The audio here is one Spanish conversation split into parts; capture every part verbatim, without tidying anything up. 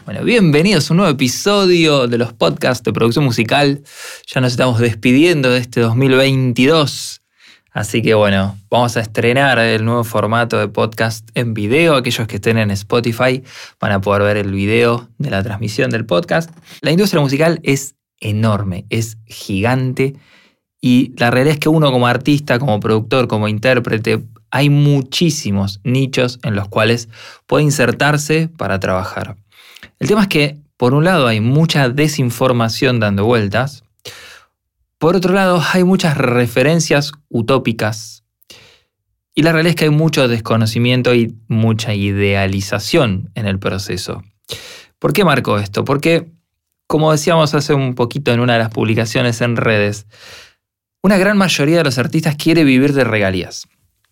Bueno, bienvenidos a un nuevo episodio de los podcasts de producción musical. Ya nos estamos despidiendo de este dos mil veintidós. Así que bueno, vamos a estrenar el nuevo formato de podcast en video. Aquellos que estén en Spotify van a poder ver el video de la transmisión del podcast. La industria musical es enorme, es gigante. Y la realidad es que uno como artista, como productor, como intérprete, hay muchísimos nichos en los cuales puede insertarse para trabajar. El tema es que, por un lado, hay mucha desinformación dando vueltas. Por otro lado, hay muchas referencias utópicas. Y la realidad es que hay mucho desconocimiento y mucha idealización en el proceso. ¿Por qué marco esto? Porque, como decíamos hace un poquito en una de las publicaciones en redes, una gran mayoría de los artistas quiere vivir de regalías.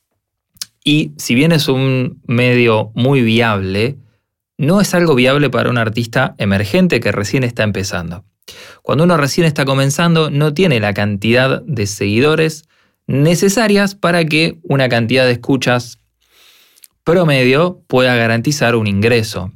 Y si bien es un medio muy viable, no es algo viable para un artista emergente que recién está empezando. Cuando uno recién está comenzando, no tiene la cantidad de seguidores necesarias para que una cantidad de escuchas promedio pueda garantizar un ingreso.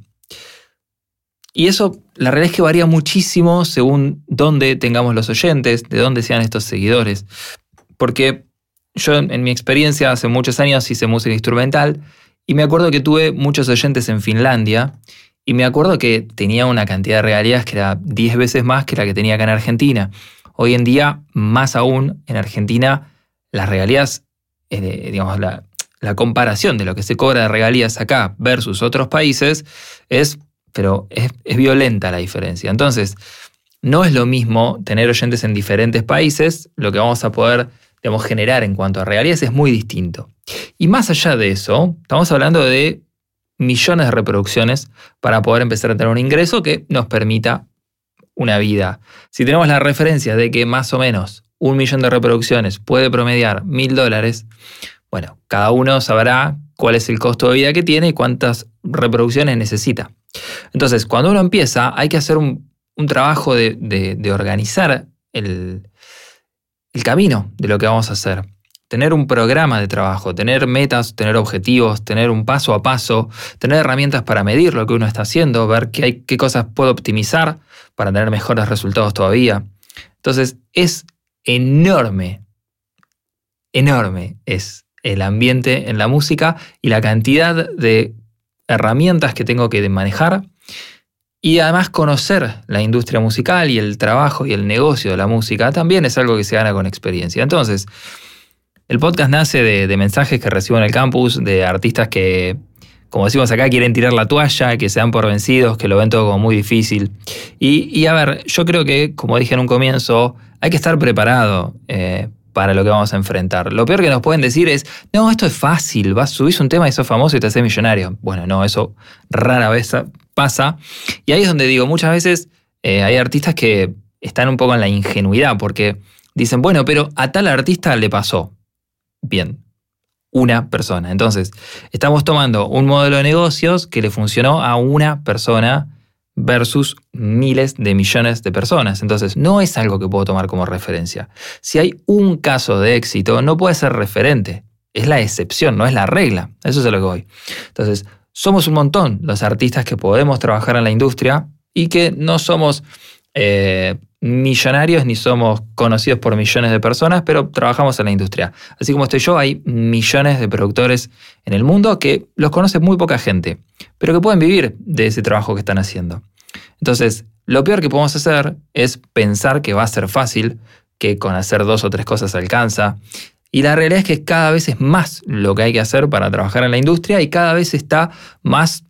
Y eso, la realidad es que varía muchísimo según dónde tengamos los oyentes, de dónde sean estos seguidores. Porque yo, en mi experiencia, hace muchos años hice música instrumental y me acuerdo que tuve muchos oyentes en Finlandia y me acuerdo que tenía una cantidad de regalías que era diez veces más que la que tenía acá en Argentina. Hoy en día, más aún, en Argentina, las regalías, eh, digamos, la, la comparación de lo que se cobra de regalías acá versus otros países es, pero es, es violenta la diferencia. Entonces, no es lo mismo tener oyentes en diferentes países, lo que vamos a poder, digamos, generar en cuanto a regalías es muy distinto. Y más allá de eso, estamos hablando de millones de reproducciones para poder empezar a tener un ingreso que nos permita una vida. Si tenemos la referencia de que más o menos un millón de reproducciones puede promediar mil dólares, bueno, cada uno sabrá cuál es el costo de vida que tiene y cuántas reproducciones necesita. Entonces, cuando uno empieza, hay que hacer un, un trabajo de, de, de organizar el, el camino de lo que vamos a hacer. Tener un programa de trabajo, tener metas, tener objetivos, tener un paso a paso, tener herramientas para medir lo que uno está haciendo, ver qué, hay, qué cosas puedo optimizar para tener mejores resultados todavía. Entonces, es enorme, enorme es el ambiente en la música y la cantidad de herramientas que tengo que manejar y además conocer la industria musical y el trabajo y el negocio de la música también es algo que se gana con experiencia. Entonces, el podcast nace de, de mensajes que recibo en el campus, de artistas que, como decimos acá, quieren tirar la toalla, que se dan por vencidos, que lo ven todo como muy difícil. Y, y a ver, yo creo que, como dije en un comienzo, hay que estar preparado eh, para lo que vamos a enfrentar. Lo peor que nos pueden decir es, no, esto es fácil, vas, subís un tema y sos famoso y te haces millonario. Bueno, no, eso rara vez pasa. Y ahí es donde digo, muchas veces eh, hay artistas que están un poco en la ingenuidad, porque dicen, bueno, pero a tal artista le pasó. Bien, una persona. Entonces, estamos tomando un modelo de negocios que le funcionó a una persona versus miles de millones de personas. Entonces, no es algo que puedo tomar como referencia. Si hay un caso de éxito, no puede ser referente. Es la excepción, no es la regla. Eso es a lo que voy. Entonces, somos un montón los artistas que podemos trabajar en la industria y que no somos Eh, millonarios ni somos conocidos por millones de personas, pero trabajamos en la industria. Así como estoy yo, hay millones de productores en el mundo que los conoce muy poca gente, pero que pueden vivir de ese trabajo que están haciendo. Entonces, lo peor que podemos hacer es pensar que va a ser fácil, que con hacer dos o tres cosas alcanza. Y la realidad es que cada vez es más lo que hay que hacer para trabajar en la industria y cada vez está más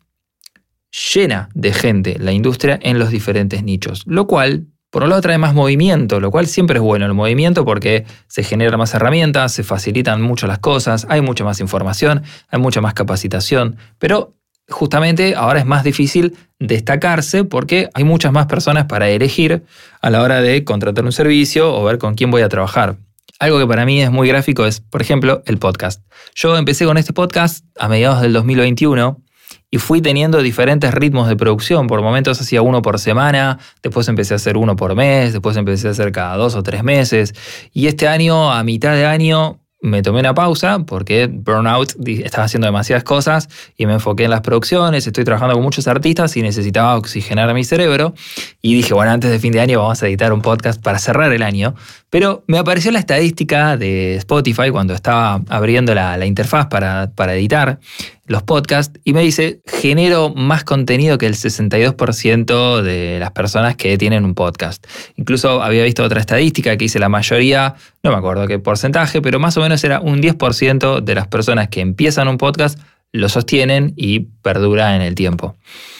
llena de gente la industria en los diferentes nichos, lo cual por un lado trae más movimiento, lo cual siempre es bueno el movimiento porque se generan más herramientas, se facilitan mucho las cosas, hay mucha más información, hay mucha más capacitación, pero justamente ahora es más difícil destacarse porque hay muchas más personas para elegir a la hora de contratar un servicio o ver con quién voy a trabajar. Algo que para mí es muy gráfico es, por ejemplo, el podcast. Yo empecé con este podcast a mediados del dos mil veintiuno y fui teniendo diferentes ritmos de producción. Por momentos hacía uno por semana, después empecé a hacer uno por mes, después empecé a hacer cada dos o tres meses. Y este año, a mitad de año, me tomé una pausa porque burnout, estaba haciendo demasiadas cosas y me enfoqué en las producciones, estoy trabajando con muchos artistas y necesitaba oxigenar mi cerebro y dije, bueno, antes de fin de año vamos a editar un podcast para cerrar el año, pero me apareció la estadística de Spotify cuando estaba abriendo la, la interfaz para, para editar los podcasts y me dice, genero más contenido que el sesenta y dos por ciento de las personas que tienen un podcast. Incluso había visto otra estadística que dice la mayoría, no me acuerdo qué porcentaje, pero más o menos era un diez por ciento de las personas que empiezan un podcast lo sostienen y perdura en el tiempo.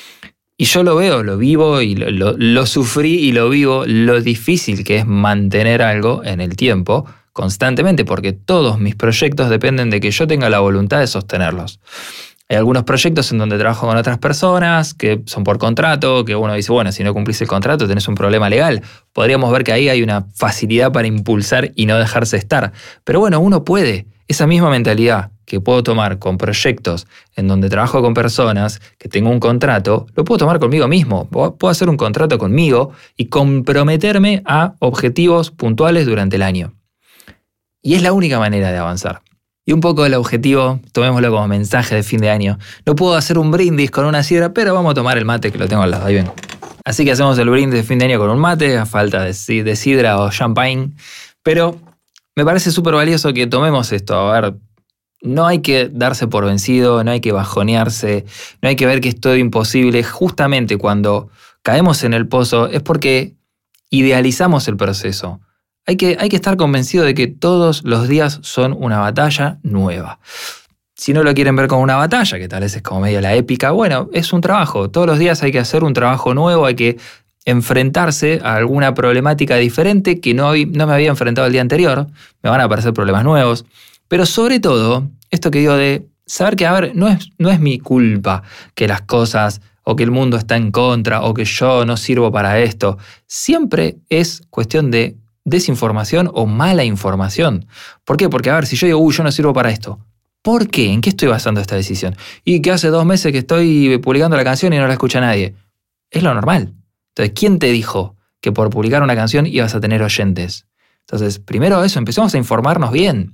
Y yo lo veo, lo vivo y lo, lo, lo sufrí y lo vivo, lo difícil que es mantener algo en el tiempo constantemente, porque todos mis proyectos dependen de que yo tenga la voluntad de sostenerlos. Hay algunos proyectos en donde trabajo con otras personas que son por contrato, que uno dice, bueno, si no cumplís el contrato tenés un problema legal. Podríamos ver que ahí hay una facilidad para impulsar y no dejarse estar. Pero bueno, uno puede. Esa misma mentalidad que puedo tomar con proyectos en donde trabajo con personas, que tengo un contrato, lo puedo tomar conmigo mismo. Puedo hacer un contrato conmigo y comprometerme a objetivos puntuales durante el año. Y es la única manera de avanzar. Y un poco el objetivo, tomémoslo como mensaje de fin de año. No puedo hacer un brindis con una sidra, pero vamos a tomar el mate que lo tengo al lado. Ahí vengo. Así que hacemos el brindis de fin de año con un mate, a falta de, de sidra o champagne. Pero me parece súper valioso que tomemos esto. A ver, no hay que darse por vencido, no hay que bajonearse, no hay que ver que es todo imposible. Justamente cuando caemos en el pozo es porque idealizamos el proceso. Hay que, hay que estar convencido de que todos los días son una batalla nueva. Si no lo quieren ver como una batalla, que tal vez es como medio la épica, bueno, es un trabajo. Todos los días hay que hacer un trabajo nuevo, hay que enfrentarse a alguna problemática diferente que no, no me había enfrentado el día anterior. Me van a aparecer problemas nuevos. Pero sobre todo, esto que digo de saber que, a ver, no es, no es mi culpa que las cosas o que el mundo está en contra o que yo no sirvo para esto. Siempre es cuestión de desinformación o mala información. ¿Por qué? Porque, a ver, si yo digo, uy, yo no sirvo para esto, ¿por qué? ¿En qué estoy basando esta decisión? Y que hace dos meses que estoy publicando la canción y no la escucha nadie. Es lo normal. Entonces, ¿quién te dijo que por publicar una canción ibas a tener oyentes? Entonces, primero eso, empecemos a informarnos bien.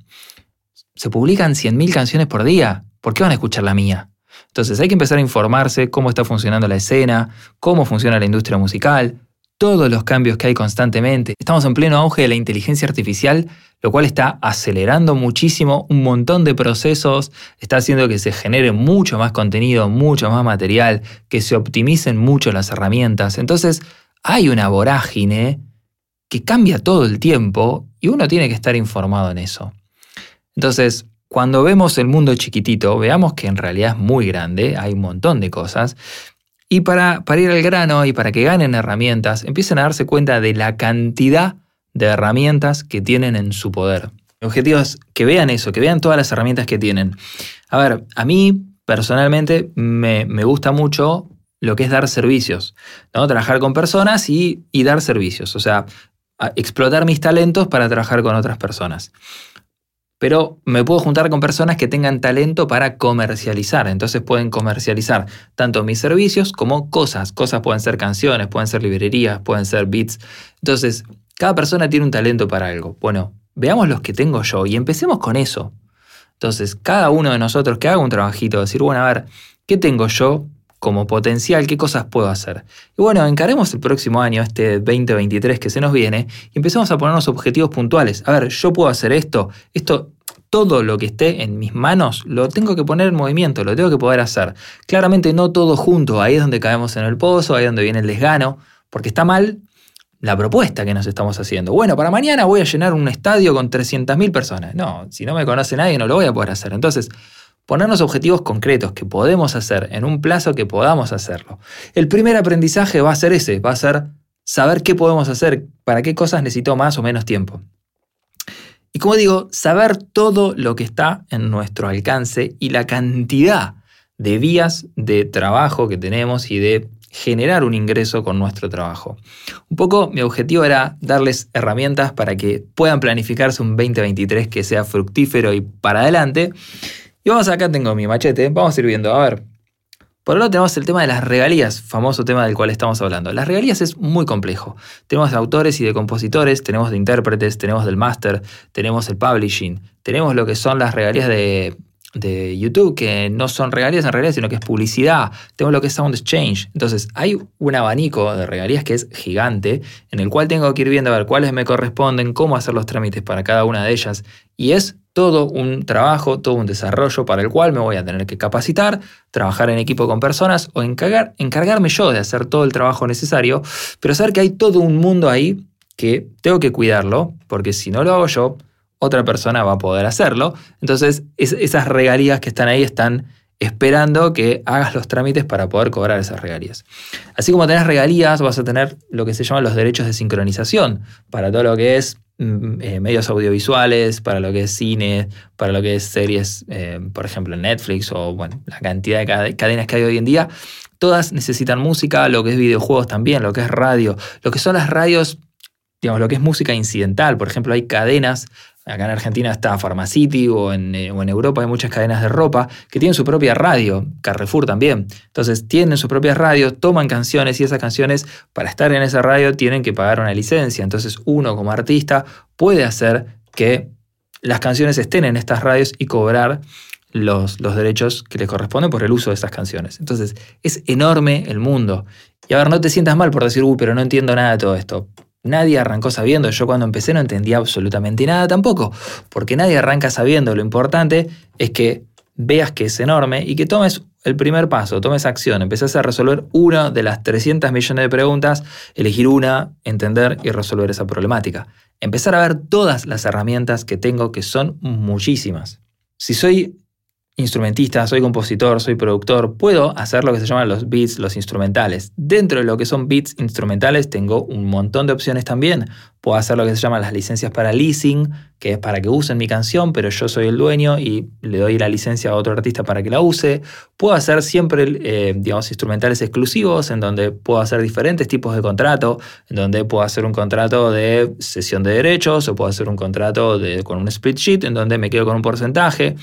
Se publican cien mil canciones por día. ¿Por qué van a escuchar la mía? Entonces, hay que empezar a informarse cómo está funcionando la escena, cómo funciona la industria musical, todos los cambios que hay constantemente. Estamos en pleno auge de la inteligencia artificial, lo cual está acelerando muchísimo un montón de procesos, está haciendo que se genere mucho más contenido, mucho más material, que se optimicen mucho las herramientas. Entonces, hay una vorágine que cambia todo el tiempo y uno tiene que estar informado en eso. Entonces, cuando vemos el mundo chiquitito, veamos que en realidad es muy grande, hay un montón de cosas. Y para, para ir al grano y para que ganen herramientas, empiecen a darse cuenta de la cantidad de herramientas que tienen en su poder. El objetivo es que vean eso, que vean todas las herramientas que tienen. A ver, a mí personalmente me, me gusta mucho lo que es dar servicios, ¿no? Trabajar con personas y, y dar servicios, o sea, explotar mis talentos para trabajar con otras personas. Pero me puedo juntar con personas que tengan talento para comercializar. Entonces pueden comercializar tanto mis servicios como cosas. Cosas pueden ser canciones, pueden ser librerías, pueden ser beats. Entonces, cada persona tiene un talento para algo. Bueno, veamos los que tengo yo y empecemos con eso. Entonces, cada uno de nosotros que haga un trabajito, decir, bueno, a ver, ¿qué tengo yo como potencial? ¿Qué cosas puedo hacer? Y bueno, encaremos el próximo año, este veinte veintitrés que se nos viene, y empezamos a ponernos objetivos puntuales. A ver, yo puedo hacer esto, esto, todo lo que esté en mis manos, lo tengo que poner en movimiento, lo tengo que poder hacer. Claramente no todo junto, ahí es donde caemos en el pozo, ahí es donde viene el desgano, porque está mal la propuesta que nos estamos haciendo. Bueno, para mañana voy a llenar un estadio con trescientas mil personas. No, si no me conoce nadie no lo voy a poder hacer. Entonces, ponernos objetivos concretos que podemos hacer en un plazo que podamos hacerlo. El primer aprendizaje va a ser ese, va a ser saber qué podemos hacer, para qué cosas necesito más o menos tiempo. Y como digo, saber todo lo que está en nuestro alcance y la cantidad de vías de trabajo que tenemos y de generar un ingreso con nuestro trabajo. Un poco mi objetivo era darles herramientas para que puedan planificarse un veinte veintitrés que sea fructífero y para adelante. Y vamos acá, tengo mi machete, vamos a ir viendo, a ver, Por otro lado tenemos el tema de las regalías, famoso tema del cual estamos hablando. Las regalías es muy complejo. Tenemos de autores y de compositores, tenemos de intérpretes, tenemos del máster, tenemos el publishing, tenemos lo que son las regalías de, de YouTube, que no son regalías en realidad, sino que es publicidad. Tenemos lo que es Sound Exchange. Entonces hay un abanico de regalías que es gigante, en el cual tengo que ir viendo a ver cuáles me corresponden, cómo hacer los trámites para cada una de ellas. Y es todo un trabajo, todo un desarrollo para el cual me voy a tener que capacitar, trabajar en equipo con personas o encargar, encargarme yo de hacer todo el trabajo necesario, pero saber que hay todo un mundo ahí que tengo que cuidarlo, porque si no lo hago yo, otra persona va a poder hacerlo. Entonces es, esas regalías que están ahí están esperando que hagas los trámites para poder cobrar esas regalías. Así como tenés regalías, vas a tener lo que se llaman los derechos de sincronización para todo lo que es Eh, medios audiovisuales, para lo que es cine, para lo que es series, eh, por ejemplo, en Netflix o bueno, la cantidad de cadenas que hay hoy en día. Todas necesitan música, lo que es videojuegos también, lo que es radio, lo que son las radios, digamos, lo que es música incidental. Por ejemplo, hay cadenas, acá en Argentina está Pharmacity o en, eh, o en Europa hay muchas cadenas de ropa que tienen su propia radio, Carrefour también. Entonces tienen sus propias radios, toman canciones y esas canciones para estar en esa radio tienen que pagar una licencia. Entonces uno como artista puede hacer que las canciones estén en estas radios y cobrar los, los derechos que les corresponden por el uso de estas canciones. Entonces es enorme el mundo. Y a ver, no te sientas mal por decir, uy, pero no entiendo nada de todo esto. Nadie arrancó sabiendo. Yo cuando empecé no entendía absolutamente nada tampoco, porque nadie arranca sabiendo. Lo importante es que veas que es enorme y que tomes el primer paso, tomes acción, empezás a resolver una de las trescientos millones de preguntas, elegir una, entender y resolver esa problemática. Empezar a ver todas las herramientas que tengo, que son muchísimas. Si soy instrumentista, soy compositor, soy productor, puedo hacer lo que se llaman los beats, los instrumentales. Dentro de lo que son beats instrumentales tengo un montón de opciones también. Puedo hacer lo que se llaman las licencias para leasing, que es para que usen mi canción, pero yo soy el dueño y le doy la licencia a otro artista para que la use. Puedo hacer siempre, eh, digamos, instrumentales exclusivos, en donde puedo hacer diferentes tipos de contrato, en donde puedo hacer un contrato de cesión de derechos, o puedo hacer un contrato de, con un split sheet, en donde me quedo con un porcentaje.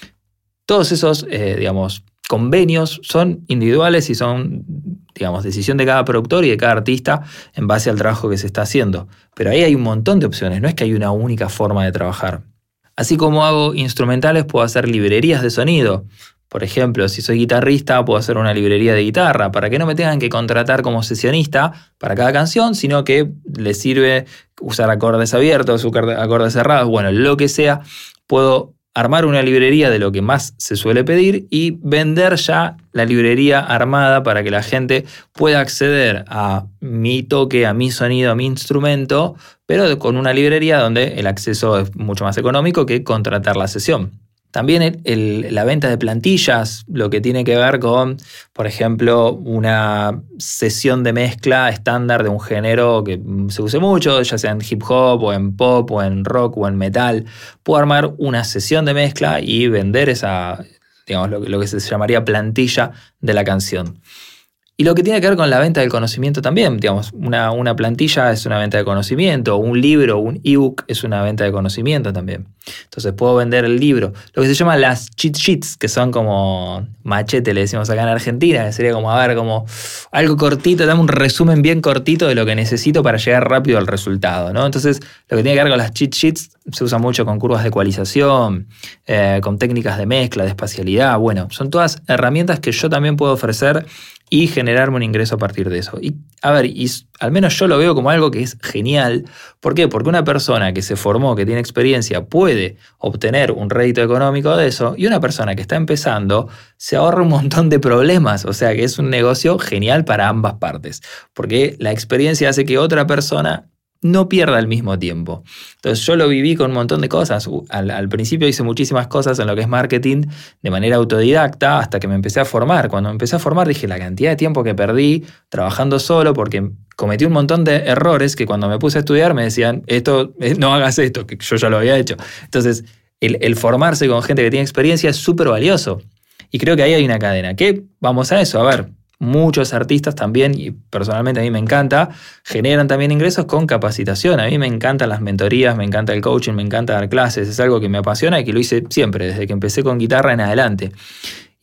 Todos esos, eh, digamos, convenios son individuales y son, digamos, decisión de cada productor y de cada artista en base al trabajo que se está haciendo. Pero ahí hay un montón de opciones, no es que hay una única forma de trabajar. Así como hago instrumentales, puedo hacer librerías de sonido. Por ejemplo, si soy guitarrista, puedo hacer una librería de guitarra para que no me tengan que contratar como sesionista para cada canción, sino que les sirve usar acordes abiertos, acordes cerrados, bueno, lo que sea, puedo armar una librería de lo que más se suele pedir y vender ya la librería armada para que la gente pueda acceder a mi toque, a mi sonido, a mi instrumento, pero con una librería donde el acceso es mucho más económico que contratar la sesión. También el, el, la venta de plantillas, lo que tiene que ver con, por ejemplo, una sesión de mezcla estándar de un género que se use mucho, ya sea en hip hop o en pop o en rock o en metal. Puedo armar una sesión de mezcla y vender esa, digamos, lo, lo que se llamaría plantilla de la canción. Y lo que tiene que ver con la venta del conocimiento también, digamos, una, una plantilla es una venta de conocimiento, un libro, un ebook es una venta de conocimiento también. Entonces puedo vender el libro. Lo que se llama las cheat sheets, que son como machete, le decimos acá en Argentina, que sería como, a ver, como algo cortito, dame un resumen bien cortito de lo que necesito para llegar rápido al resultado, ¿no? Entonces, lo que tiene que ver con las cheat sheets se usa mucho con curvas de ecualización, eh, con técnicas de mezcla, de espacialidad. Bueno, son todas herramientas que yo también puedo ofrecer y generarme un ingreso a partir de eso. Y a ver, y al menos yo lo veo como algo que es genial. ¿Por qué? Porque una persona que se formó, que tiene experiencia, puede obtener un rédito económico de eso, y una persona que está empezando se ahorra un montón de problemas. O sea que es un negocio genial para ambas partes, porque la experiencia hace que otra persona no pierda el mismo tiempo. Entonces yo lo viví con un montón de cosas. Al, al principio hice muchísimas cosas en lo que es marketing de manera autodidacta hasta que me empecé a formar. Cuando me empecé a formar dije la cantidad de tiempo que perdí trabajando solo porque cometí un montón de errores que cuando me puse a estudiar me decían esto, no hagas esto, que yo ya lo había hecho. Entonces el, el formarse con gente que tiene experiencia es súper valioso. Y creo que ahí hay una cadena. ¿Qué? Vamos a eso, a ver. Muchos artistas también, y personalmente a mí me encanta, generan también ingresos con capacitación. A mí me encantan las mentorías, me encanta el coaching, me encanta dar clases. Es algo que me apasiona y que lo hice siempre, desde que empecé con guitarra en adelante.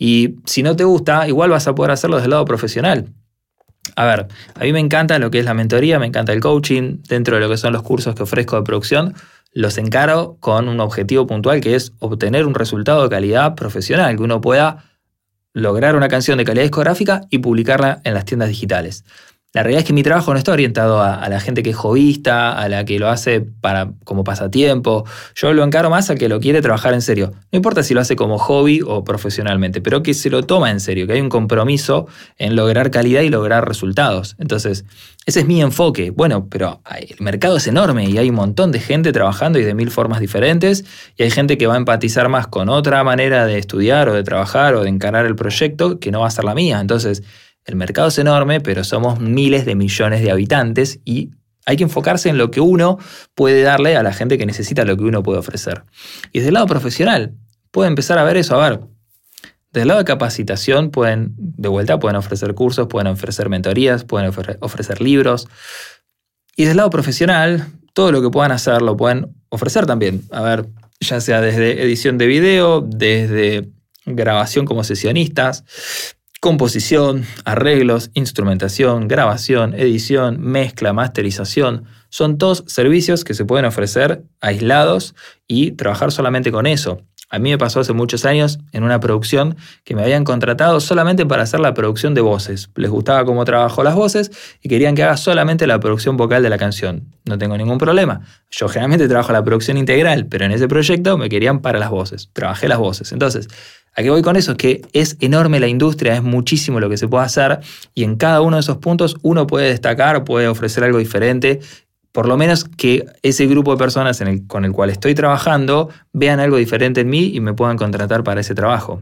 Y si no te gusta, igual vas a poder hacerlo desde el lado profesional. A ver, a mí me encanta lo que es la mentoría, me encanta el coaching. Dentro de lo que son los cursos que ofrezco de producción, los encaro con un objetivo puntual, que es obtener un resultado de calidad profesional, que uno pueda lograr una canción de calidad discográfica y publicarla en las tiendas digitales. La realidad es que mi trabajo no está orientado a, a la gente que es hobbyista, a la que lo hace para, como pasatiempo. Yo lo encaro más al que lo quiere trabajar en serio. No importa si lo hace como hobby o profesionalmente, pero que se lo toma en serio, que hay un compromiso en lograr calidad y lograr resultados. Entonces, ese es mi enfoque. Bueno, pero el mercado es enorme y hay un montón de gente trabajando y de mil formas diferentes, y hay gente que va a empatizar más con otra manera de estudiar o de trabajar o de encarar el proyecto que no va a ser la mía. Entonces, el mercado es enorme, pero somos miles de millones de habitantes y hay que enfocarse en lo que uno puede darle a la gente que necesita lo que uno puede ofrecer. Y desde el lado profesional, puede empezar a ver eso. A ver, desde el lado de capacitación, pueden, de vuelta, pueden ofrecer cursos, pueden ofrecer mentorías, pueden ofre- ofrecer libros. Y desde el lado profesional, todo lo que puedan hacer lo pueden ofrecer también. A ver, ya sea desde edición de video, desde grabación como sesionistas, composición, arreglos, instrumentación, grabación, edición, mezcla, masterización. Son todos servicios que se pueden ofrecer aislados y trabajar solamente con eso. A mí me pasó hace muchos años en una producción que me habían contratado solamente para hacer la producción de voces. Les gustaba cómo trabajo las voces y querían que haga solamente la producción vocal de la canción. No tengo ningún problema. Yo generalmente trabajo la producción integral, pero en ese proyecto me querían para las voces. Trabajé las voces. Entonces, ¿a qué voy con eso? Es que es enorme la industria, es muchísimo lo que se puede hacer y en cada uno de esos puntos uno puede destacar, puede ofrecer algo diferente. Por lo menos que ese grupo de personas en el, con el cual estoy trabajando vean algo diferente en mí y me puedan contratar para ese trabajo.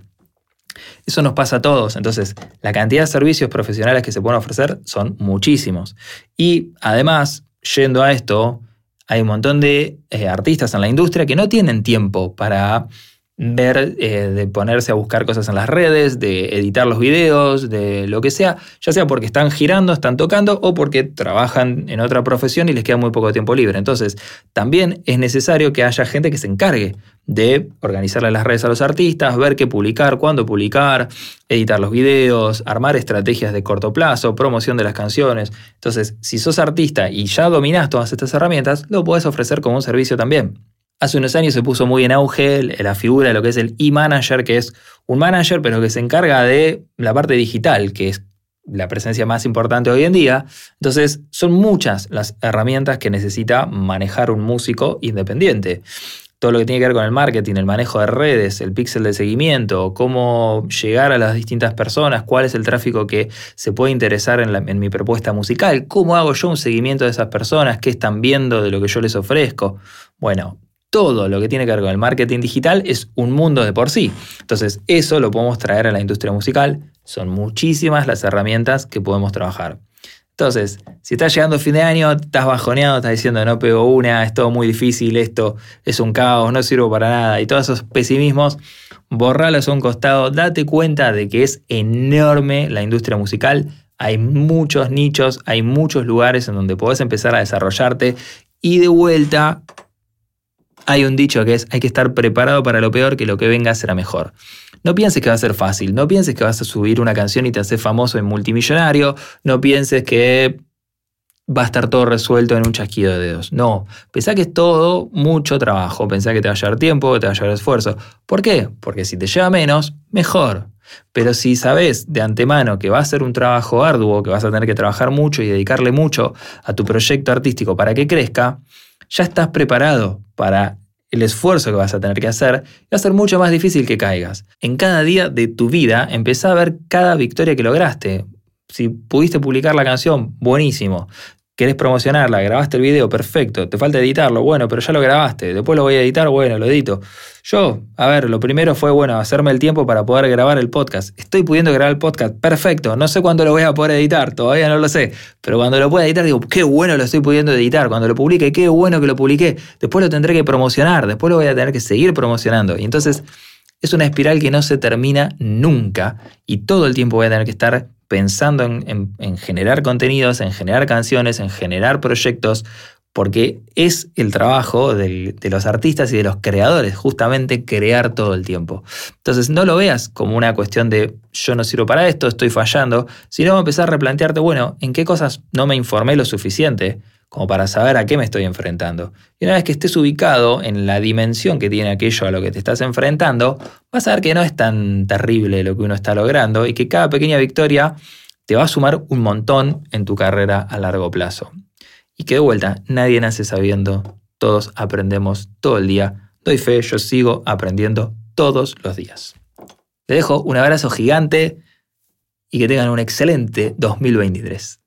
Eso nos pasa a todos. Entonces, la cantidad de servicios profesionales que se pueden ofrecer son muchísimos. Y además, yendo a esto, hay un montón de eh, artistas en la industria que no tienen tiempo para ver, eh, de ponerse a buscar cosas en las redes, de editar los videos, de lo que sea, ya sea porque están girando, están tocando o porque trabajan en otra profesión y les queda muy poco tiempo libre. Entonces, también es necesario que haya gente que se encargue de organizarle las redes a los artistas, ver qué publicar, cuándo publicar, editar los videos, armar estrategias de corto plazo, promoción de las canciones. Entonces, si sos artista y ya dominás todas estas herramientas, lo podés ofrecer como un servicio también. Hace unos años se puso muy en auge la figura de lo que es el e-manager, que es un manager pero que se encarga de la parte digital, que es la presencia más importante hoy en día. Entonces son muchas las herramientas que necesita manejar un músico independiente. Todo lo que tiene que ver con el marketing, el manejo de redes, el píxel de seguimiento, cómo llegar a las distintas personas, cuál es el tráfico que se puede interesar en, la, en mi propuesta musical, cómo hago yo un seguimiento de esas personas, qué están viendo de lo que yo les ofrezco. Bueno, todo lo que tiene que ver con el marketing digital es un mundo de por sí. Entonces, eso lo podemos traer a la industria musical. Son muchísimas las herramientas que podemos trabajar. Entonces, si estás llegando a fin de año, estás bajoneado, estás diciendo no pego una, es todo muy difícil, esto es un caos, no sirvo para nada, y todos esos pesimismos, borralos a un costado, date cuenta de que es enorme la industria musical. Hay muchos nichos, hay muchos lugares en donde podés empezar a desarrollarte y de vuelta hay un dicho que es: hay que estar preparado para lo peor, que lo que venga será mejor. No pienses que va a ser fácil, no pienses que vas a subir una canción y te haces famoso y multimillonario, no pienses que va a estar todo resuelto en un chasquido de dedos. No, pensá que es todo mucho trabajo, pensá que te va a llevar tiempo, que te va a llevar esfuerzo. ¿Por qué? Porque si te lleva menos, mejor. Pero si sabes de antemano que va a ser un trabajo arduo, que vas a tener que trabajar mucho y dedicarle mucho a tu proyecto artístico para que crezca, ya estás preparado para el esfuerzo que vas a tener que hacer, y va a ser mucho más difícil que caigas. En cada día de tu vida, empezá a ver cada victoria que lograste. Si pudiste publicar la canción, buenísimo. Querés promocionarla, grabaste el video, perfecto. Te falta editarlo, bueno, pero ya lo grabaste. Después lo voy a editar, bueno, lo edito. Yo, a ver, lo primero fue, bueno, hacerme el tiempo para poder grabar el podcast. Estoy pudiendo grabar el podcast, perfecto. No sé cuándo lo voy a poder editar, todavía no lo sé. Pero cuando lo pueda editar, digo, qué bueno lo estoy pudiendo editar. Cuando lo publique, qué bueno que lo publiqué. Después lo tendré que promocionar, después lo voy a tener que seguir promocionando. Y entonces es una espiral que no se termina nunca. Y todo el tiempo voy a tener que estar pensando en, en, en generar contenidos, en generar canciones, en generar proyectos, porque es el trabajo del, de los artistas y de los creadores, justamente crear todo el tiempo. Entonces no lo veas como una cuestión de yo no sirvo para esto, estoy fallando, sino empezar a replantearte, bueno, ¿en qué cosas no me informé lo suficiente como para saber a qué me estoy enfrentando? Y una vez que estés ubicado en la dimensión que tiene aquello a lo que te estás enfrentando, vas a ver que no es tan terrible lo que uno está logrando y que cada pequeña victoria te va a sumar un montón en tu carrera a largo plazo. Y que de vuelta, nadie nace sabiendo, todos aprendemos todo el día. Doy fe, yo sigo aprendiendo todos los días. Te dejo un abrazo gigante y que tengan un excelente dos mil veintitrés.